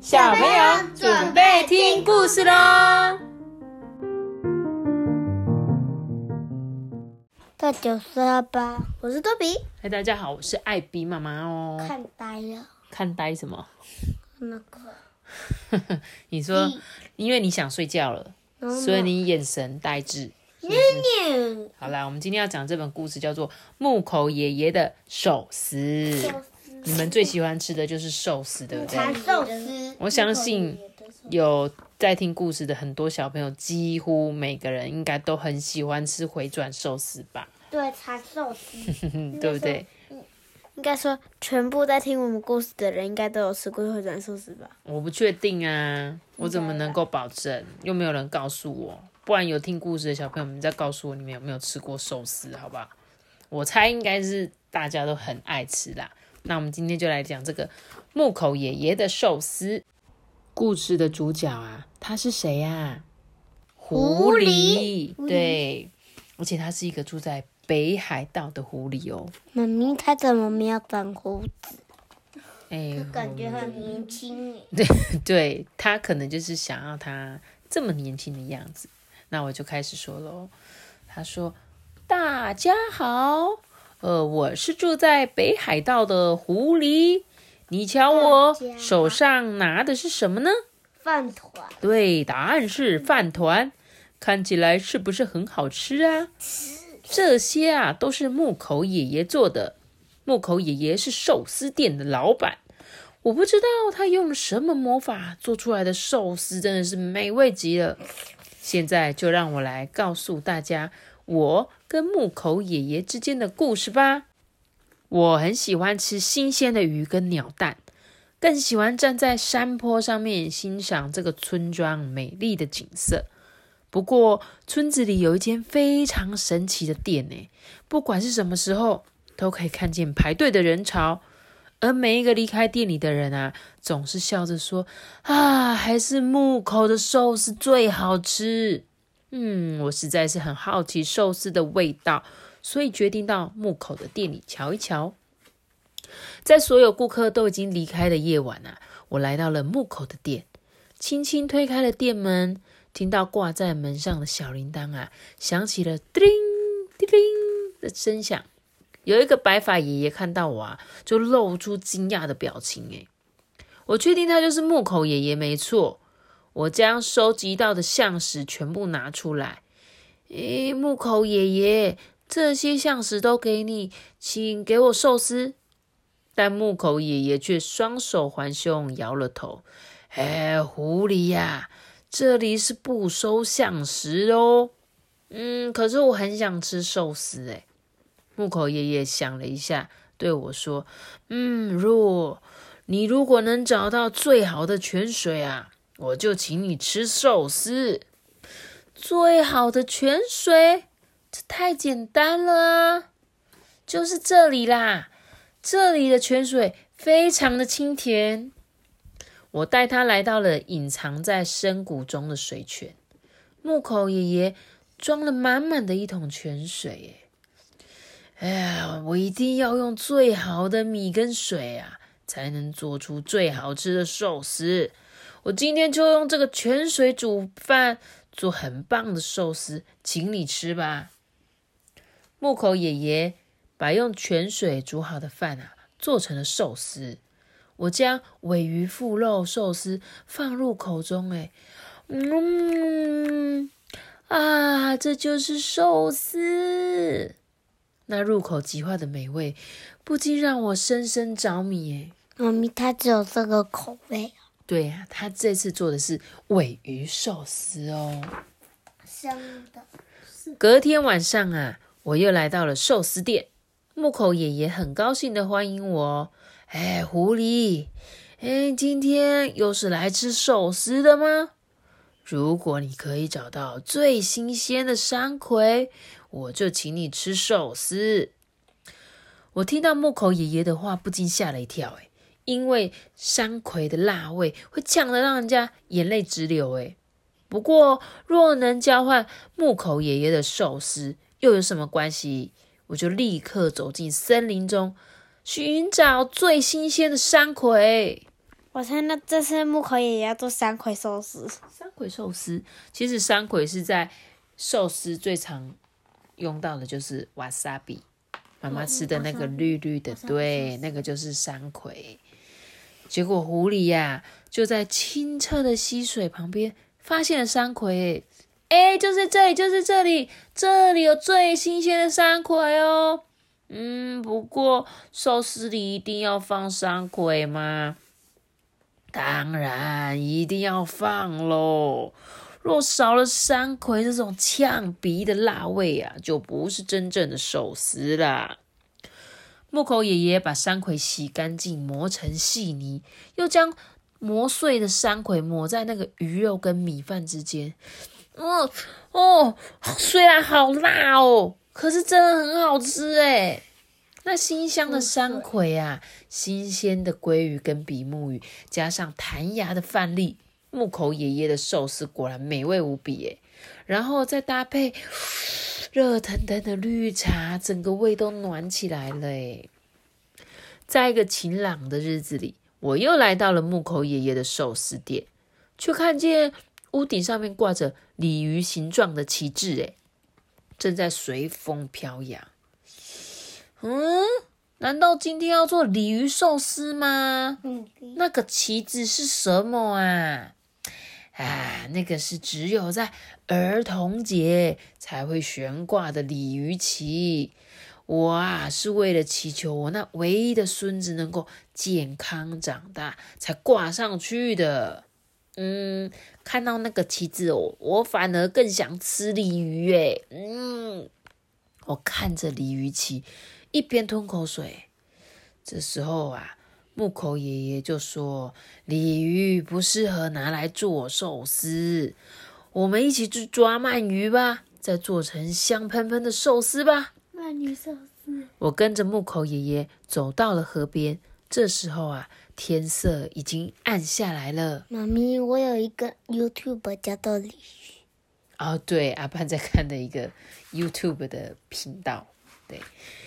小朋友准备听故事咯。 到9吧，我是多比。 嗨，大家好，我是艾比妈妈哦。 看呆了。 看呆什么？ 那个。 你说，因为你想睡觉了，所以你眼神呆滞。好啦，我们今天要讲这本故事叫做《木口爷爷的寿司》。你们最喜欢吃的就是寿司，对不对？ 寿司。 我相信有在听故事的很多小朋友，几乎每个人应该都很喜欢吃回转寿司吧？ 对，蚕寿司， 对不对？ 应该说，全部在听我们故事的人，应该都有吃过回转寿司吧？ 我不确定啊，我怎么能够保证？又没有人告诉我。不然有听故事的小朋友们再告诉我，你们有没有吃过寿司？好不好？我猜应该是大家都很爱吃啦。那我们今天就来讲这个木口爷爷的寿司。故事的主角啊，他是谁啊？狐狸。对，而且他是一个住在北海道的狐狸哦。 妈咪，他怎么没有长胡子？ 感觉很年轻耶。 对，他可能就是想要他这么年轻的样子。那我就开始说咯。他说：“大家好，我是住在北海道的狐狸。你瞧我手上拿的是什么呢？ 饭团。 对，答案是饭团。看起来是不是很好吃啊？这些啊都是木口爷爷做的。木口爷爷是寿司店的老板。我不知道他用了什么魔法做出来的寿司真的是美味极了。现在就让我来告诉大家我跟木口爷爷之间的故事吧。我很喜欢吃新鲜的鱼跟鸟蛋，更喜欢站在山坡上面欣赏这个村庄美丽的景色。不过村子里有一间非常神奇的店耶，不管是什么时候都可以看见排队的人潮。而每一个离开店里的人啊，总是笑着说：“啊，还是木口的寿司最好吃。”我实在是很好奇寿司的味道，所以决定到木口的店里瞧一瞧。在所有顾客都已经离开的夜晚啊，我来到了木口的店，轻轻推开了店门，听到挂在门上的小铃铛啊，响起了叮铃叮铃的声响。有一个白发爷爷看到我啊，就露出惊讶的表情诶。我确定他就是木口爷爷没错。我将收集到的橡石全部拿出来。木口爷爷，这些橡石都给你，请给我寿司。但木口爷爷却双手环胸，摇了头。狐狸呀，这里是不收橡石哦。可是我很想吃寿司诶。木口爷爷想了一下，对我说：“你如果能找到最好的泉水啊，我就请你吃寿司。”最好的泉水？这太简单了啊！就是这里啦，这里的泉水非常的清甜。我带他来到了隐藏在深谷中的水泉。木口爷爷装了满满的一桶泉水耶。我一定要用最好的米跟水啊，才能做出最好吃的寿司。我今天就用这个泉水煮饭，做很棒的寿司，请你吃吧。木口爷爷把用泉水煮好的饭啊，做成了寿司。我将尾鱼腹肉寿司放入口中，这就是寿司。那入口即化的美味，不禁让我深深着迷耶。 妈咪，它只有这个口味。 对啊，他这次做的是尾鱼寿司哦。 香的。 隔天晚上啊，我又来到了寿司店。木口爷爷很高兴的欢迎我。狐狸，今天又是来吃寿司的吗？如果你可以找到最新鲜的山葵，我就请你吃寿司。我听到木口爷爷的话，不禁吓了一跳，因为山葵的辣味会呛得让人家眼泪直流。不过，若能交换木口爷爷的寿司，又有什么关系？我就立刻走进森林中，寻找最新鲜的山葵。 我猜那这次木口爷爷要做山葵寿司。 山葵寿司，其实山葵是在寿司最常用到的就是瓦萨比，妈妈吃的那个绿绿的，对，那个就是山葵。结果狐狸呀，就在清澈的溪水旁边发现了山葵，就是这里，就是这里，这里有最新鲜的山葵哦。不过寿司里一定要放山葵吗？当然一定要放咯，若少了山葵这种呛鼻的辣味啊，就不是真正的寿司啦。木口爷爷把山葵洗干净，磨成细泥，又将磨碎的山葵抹在那个鱼肉跟米饭之间。虽然好辣哦，可是真的很好吃诶。那新香的山葵啊，新鲜的鲑鱼跟比目鱼，加上弹牙的饭粒，木口爷爷的寿司果然美味无比耶。然后再搭配热腾腾的绿茶，整个胃都暖起来了耶。在一个晴朗的日子里，我又来到了木口爷爷的寿司店，却看见屋顶上面挂着鲤鱼形状的旗帜耶，正在随风飘扬。难道今天要做鲤鱼寿司吗？那个旗子是什么啊？那个是只有在儿童节才会悬挂的鲤鱼旗。我是为了祈求我那唯一的孙子能够健康长大才挂上去的。看到那个旗子我反而更想吃鲤鱼耶。我看着鲤鱼旗，一边吞口水。这时候木口爷爷就说：“鲤鱼不适合拿来做寿司，我们一起去抓鳗鱼吧，再做成香喷喷的寿司吧。” 鳗鱼寿司。 我跟着木口爷爷走到了河边，这时候天色已经暗下来了。 妈咪，我有一个 YouTube 叫做鲤鱼。 对，阿潘在看的一个 YouTube 的频道，对。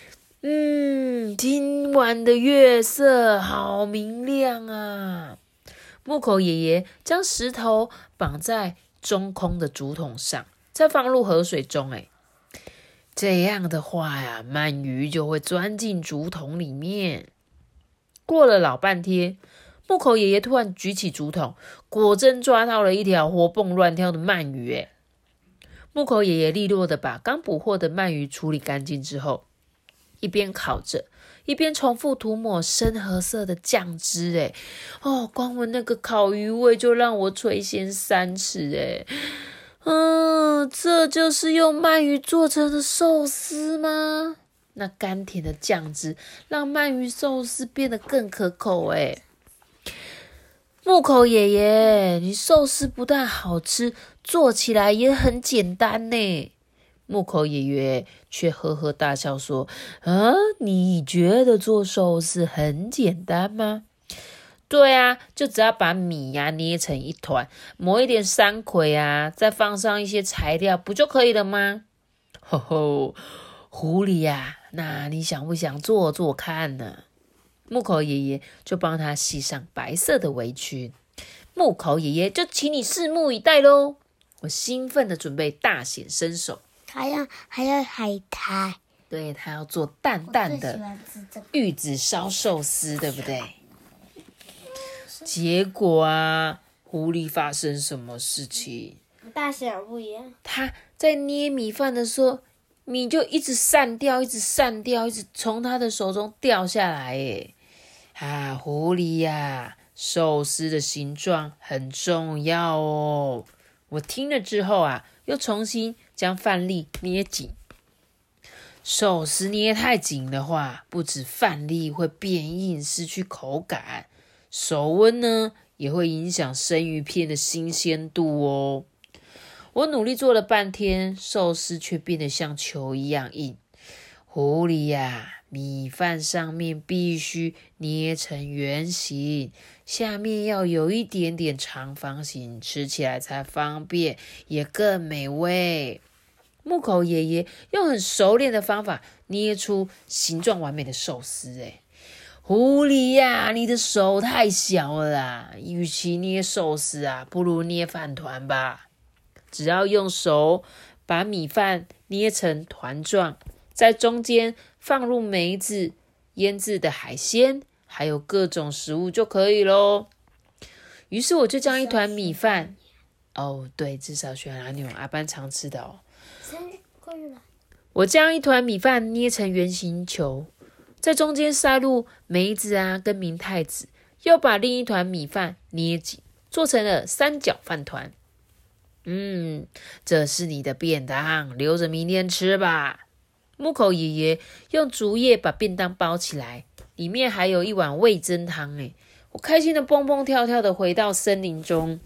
今晚的月色好明亮啊！木口爷爷将石头绑在中空的竹筒上，再放入河水中。这样的话鳗鱼就会钻进竹筒里面。过了老半天，木口爷爷突然举起竹筒，果真抓到了一条活蹦乱跳的鳗鱼。木口爷爷利落的把刚捕获的鳗鱼处理干净之后，一边烤着，一边重复涂抹深褐色的酱汁。光闻那个烤鱼味就让我垂涎三尺。这就是用鳗鱼做成的寿司吗？那甘甜的酱汁让鳗鱼寿司变得更可口。木口爷爷，你寿司不但好吃，做起来也很简单呢。木口爷爷却呵呵大笑说：“你觉得做寿司很简单吗？”“对就只要把米捏成一团，抹一点山葵再放上一些材料，不就可以了吗？”“吼吼，狐狸那你想不想做做看呢？”木口爷爷就帮他系上白色的围裙。木口爷爷就请你拭目以待咯。我兴奋的准备大显身手。 还有海苔。 对，他要做淡淡的玉子烧寿司，对不对？结果狐狸发生什么事情？ 大小不一样。 他在捏米饭的时候，米就一直散掉，一直从他的手中掉下来。狐狸寿司的形状很重要哦。我听了之后又重新将饭粒捏紧。寿司捏太紧的话，不止饭粒会变硬，失去口感，手温呢也会影响生鱼片的新鲜度哦。我努力做了半天，寿司却变得像球一样硬。狐狸米饭上面必须捏成圆形，下面要有一点点长方形，吃起来才方便，也更美味。木口爷爷用很熟练的方法捏出形状完美的寿司。 狐狸呀，你的手太小了啦，与其捏寿司啊，不如捏饭团吧。只要用手把米饭捏成团状，在中间放入梅子、腌制的海鲜，还有各种食物就可以咯。于是我就将一团米饭，对，至少选阿牛阿班常吃的哦。我将一团米饭捏成圆形球，在中间塞入梅子啊跟明太子，又把另一团米饭捏紧，做成了三角饭团。这是你的便当，留着明天吃吧。木口爷爷用竹叶把便当包起来，里面还有一碗味噌汤。我开心的蹦蹦跳跳的回到森林中，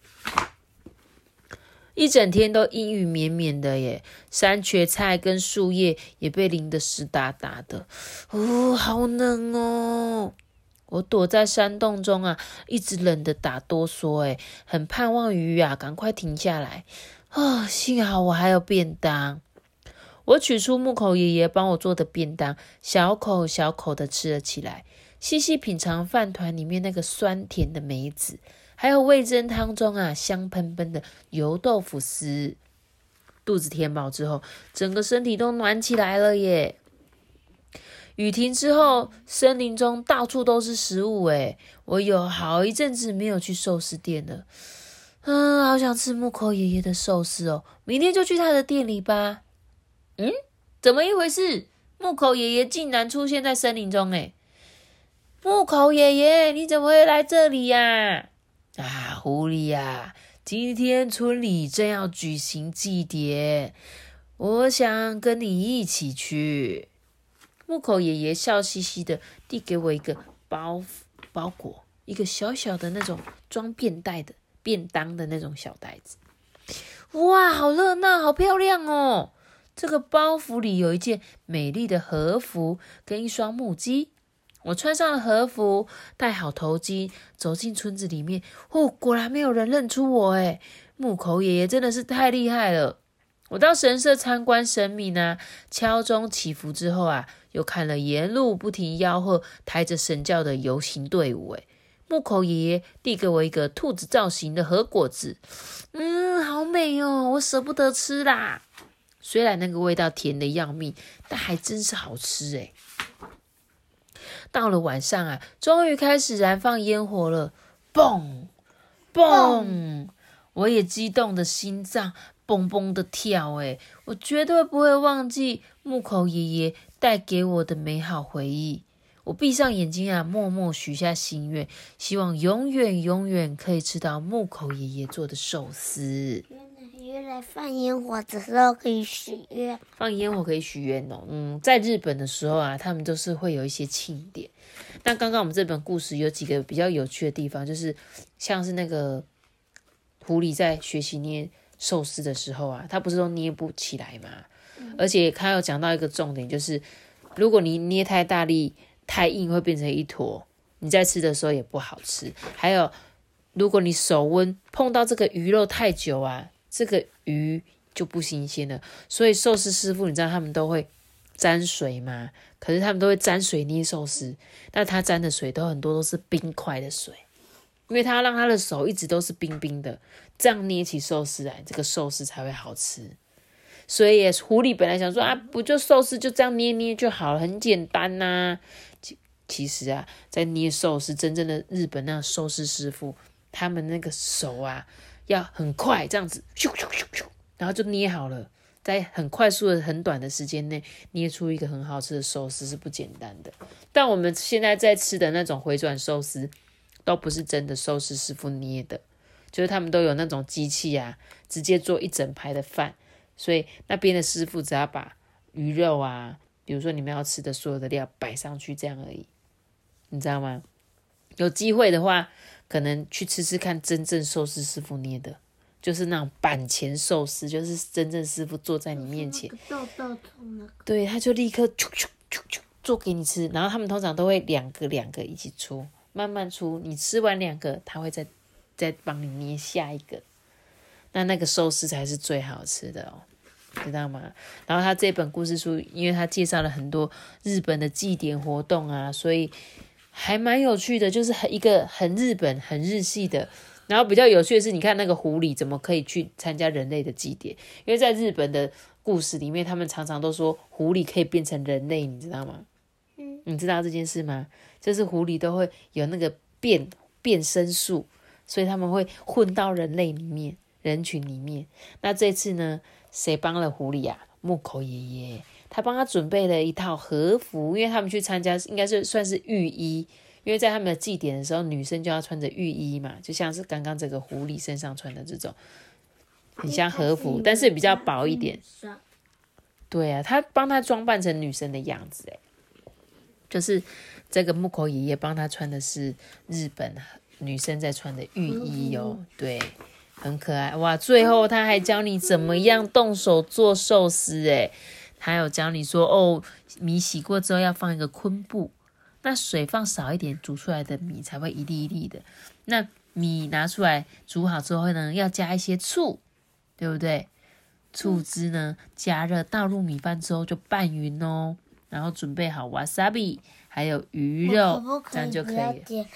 一整天都阴雨绵绵的耶，山蕨菜跟树叶也被淋得湿哒哒的。好冷哦！我躲在山洞中啊，一直冷得打哆嗦，很盼望雨啊赶快停下来。幸好我还有便当。我取出木口爷爷帮我做的便当，小口小口的吃了起来，细细品尝饭团里面那个酸甜的梅子，还有味噌汤中啊香喷喷的油豆腐丝。肚子填饱之后，整个身体都暖起来了耶。雨停之后，森林中到处都是食物我有好一阵子没有去寿司店了。好想吃木口爷爷的寿司哦，明天就去他的店里吧。怎么一回事？木口爷爷竟然出现在森林中木口爷爷，你怎么会来这里呀？狐狸呀，今天村里正要举行祭典，我想跟你一起去。木口爷爷笑嘻嘻的递给我一个包裹，一个小小的那种装便当的那种小袋子。哇，好热闹，好漂亮哦！这个包袱里有一件美丽的和服跟一双木屐。我穿上了和服，戴好头巾，走进村子里面。果然没有人认出我木口爷爷真的是太厉害了。我到神社参观神明啊，敲钟祈福之后啊，又看了沿路不停吆喝、抬着神轿的游行队伍木口爷爷递给我一个兔子造型的和果子，好美哦，我舍不得吃啦。虽然那个味道甜的要命，但还真是好吃到了晚上啊，终于开始燃放烟火了，蹦蹦！我也激动的心脏蹦蹦的跳我绝对不会忘记木口爷爷带给我的美好回忆。我闭上眼睛啊，默默许下心愿，希望永远永远可以吃到木口爷爷做的寿司。 原来放烟火的时候可以许愿。 放烟火可以许愿在日本的时候啊，他们都是会有一些庆典。那刚刚我们这本故事有几个比较有趣的地方，就是像是那个狐狸在学习捏寿司的时候啊，他不是都捏不起来吗？而且他有讲到一个重点，就是如果你捏太大力、太硬，会变成一坨，你在吃的时候也不好吃。还有，如果你手温碰到这个鱼肉太久啊，这个鱼就不新鲜了。所以寿司师傅，你知道他们都会沾水吗？可是他们都会沾水捏寿司，但他沾的水很多都是冰块的水，因为他要让他的手一直都是冰冰的，这样捏起寿司来，这个寿司才会好吃。所以狐狸本来想说不就寿司就这样捏捏就好了，很简单啊。其实啊，在捏寿司，真正的日本那个寿司师傅，他们那个手啊要很快，这样子咻咻咻咻，然后就捏好了，在很快速的很短的时间内捏出一个很好吃的寿司是不简单的。但我们现在在吃的那种回转寿司都不是真的寿司师傅捏的，就是他们都有那种机器啊，直接做一整排的饭，所以那边的师傅只要把鱼肉啊，比如说你们要吃的所有的料摆上去，这样而已，你知道吗？有机会的话，可能去吃吃看真正寿司师傅捏的，就是那种板前寿司，就是真正师傅坐在你面前，对，他就立刻做给你吃，然后他们通常都会两个一起出，慢慢出，你吃完2个，他会再帮你捏下一个，那个寿司才是最好吃的知道吗？然后他这本故事书，因为他介绍了很多日本的祭典活动啊，所以还蛮有趣的，就是一个很日本、很日系的。然后比较有趣的是，你看那个狐狸怎么可以去参加人类的祭典？因为在日本的故事里面，他们常常都说狐狸可以变成人类，你知道吗？你知道这件事吗？就是狐狸都会有那个变身术，所以他们会混到人类里面、人群里面。那这次呢，谁帮了狐狸啊？木口爷爷，他帮他准备了一套和服，因为他们去参加应该是算是浴衣。因为在他们的祭典的时候，女生就要穿着浴衣嘛，就像是刚刚这个狐狸身上穿的这种，很像和服，但是比较薄一点。对啊，他帮他装扮成女生的样子，就是这个木口爷爷帮他穿的是日本女生在穿的浴衣哦，对，很可爱哇！最后他还教你怎么样动手做寿司，他有教你说米洗过之后要放一个昆布。那水放少一点，煮出来的米才会一粒一粒的。那米拿出来煮好之后呢，要加一些醋，对不对？醋汁呢，加热倒入米饭之后就拌匀哦。然后准备好 wasabi， 还有鱼肉，这样就可以了。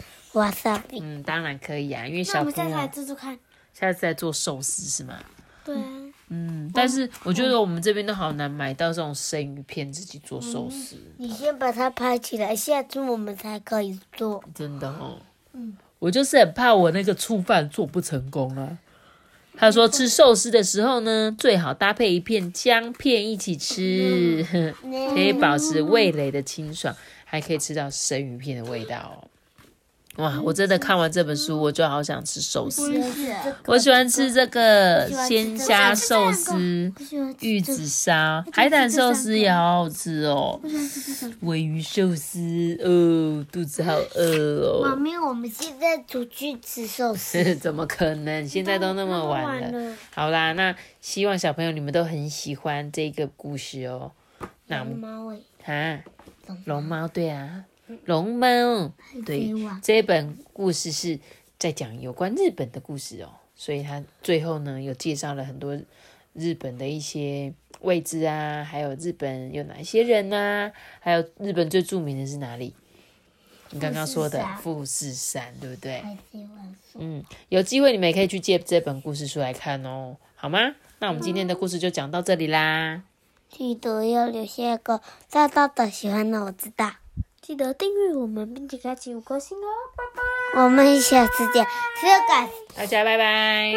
wasabi？ 当然可以啊，因为小朋友。 那我们下次来做做看。 下次再做寿司是吗？ 对啊。 但是我觉得我们这边都好难买到这种生鱼片自己做寿司。 你先把它拍起来，下次我们才可以做。 真的哦。我就是很怕我那个醋饭做不成功啊。他说吃寿司的时候呢，最好搭配一片姜片一起吃，可以保持味蕾的清爽，还可以吃到生鱼片的味道哦。哇！我真的看完这本书，我就好想吃寿司。我喜欢吃这个鲜虾寿司、玉子烧、海胆寿司也好好吃哦。鲔鱼寿司肚子好饿哦。 妈咪，我们现在出去吃寿司？ 怎么可能？现在都那么晚了。好啦，那希望小朋友你们都很喜欢这个故事哦。那龙猫龙猫对啊。龙猫，对，这本故事是在讲有关日本的故事哦，所以他最后呢有介绍了很多日本的一些位置啊，还有日本有哪些人啊，还有日本最著名的是哪里？你刚刚说的富士山，对不对？有机会你们也可以去借这本故事书来看哦，好吗？那我们今天的故事就讲到这里啦， 记得要留下一个大大的喜欢的，我知道。记得订阅我们，并且开启5颗星哦，拜拜！我们下次见， 大家拜拜。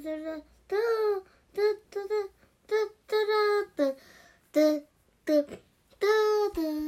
拜拜。